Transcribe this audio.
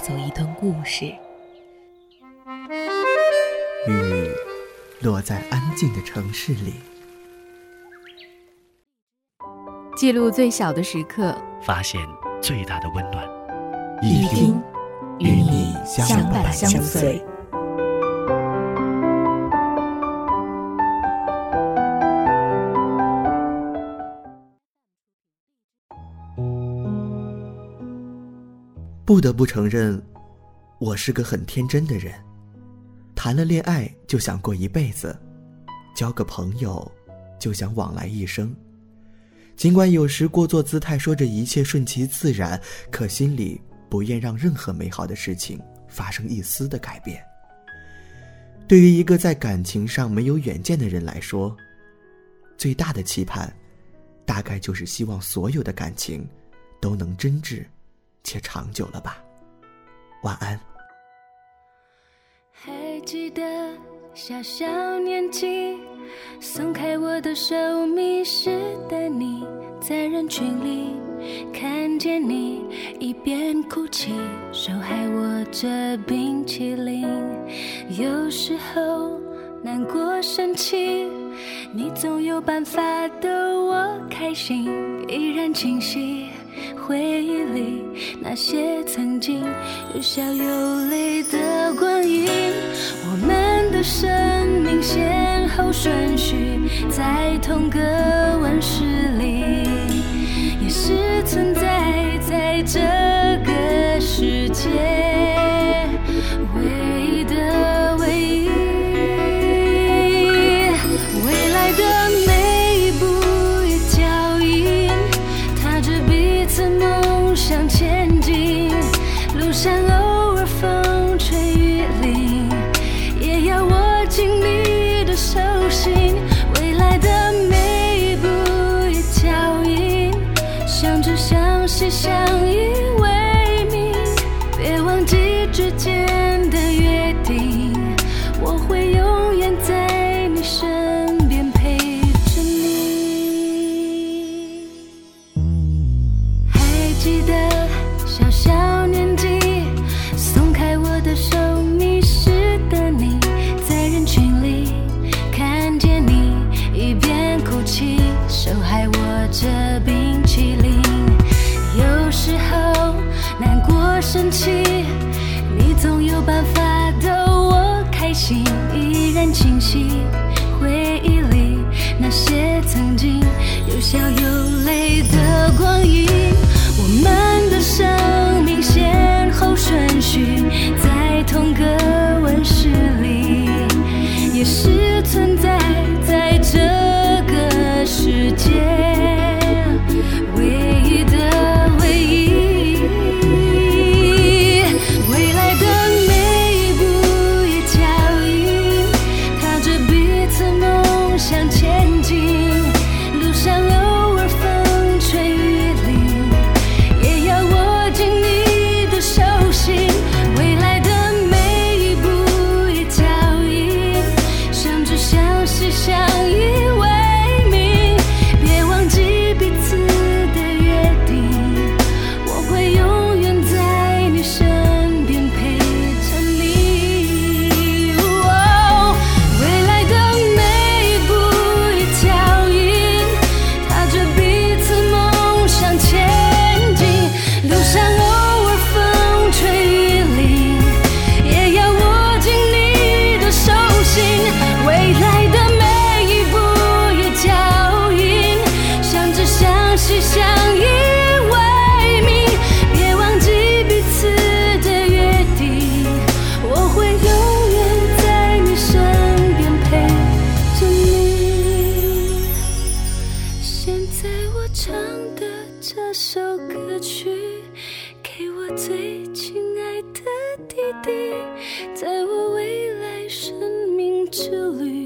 走一段故事。 雨落在安静的城市里， 记录最小的时刻， 发现最大的温暖。 一听与你相伴相随。不得不承认，我是个很天真的人，谈了恋爱就想过一辈子，交个朋友就想往来一生。尽管有时故作姿态说着一切顺其自然，可心里不愿让任何美好的事情发生一丝的改变。对于一个在感情上没有远见的人来说，最大的期盼大概就是希望所有的感情都能真挚且长久了吧。晚安。 还记得小小年纪，松开我的手，迷失的你，在人群里看见你，一边哭泣，手还握着冰淇淋。有时候难过生气，你总有办法逗我开心，依然清晰回忆里那些曾经有笑有泪的光阴。我们的生命先后顺序在同个温室里，也是存在在这个世界唯一的唯一。未来的每一步一脚印，踏着彼此梦想前进，路上偶尔风吹雨淋，也要握紧你的手心。未来的每一步一脚印，相知相惜相依为命，别忘记之间的约定，我会永远在你身边陪着你。还记得小小年纪，松开我的手，迷失的你，在人群里看见你，一边哭泣，手还握着冰淇淋。有时候难过生气，你总有办法逗我开心，依然清晰回忆里那些曾经有笑有泪的光阴。我们的生命先后顺序在同个温室里，也是存在在这个世界唯一的唯一。未来的每一步一脚印，踏着彼此梦想前进，路上偶尔风吹雨淋，也要握紧你的手心。未来的每一步一脚印，相知相惜相依为命，别忘记彼此的约定，我会永远在你身边陪着你。未来的每一步一脚印，踏着彼此梦想前进，路上偶尔风吹雨淋，也要握紧你的手心。未来的每一步一脚印，相知相惜相依为命，别忘记彼此的约定，我会永远在你身边陪着你。现在我唱的这首歌曲，给我最亲爱的弟弟，在我未来生命之旅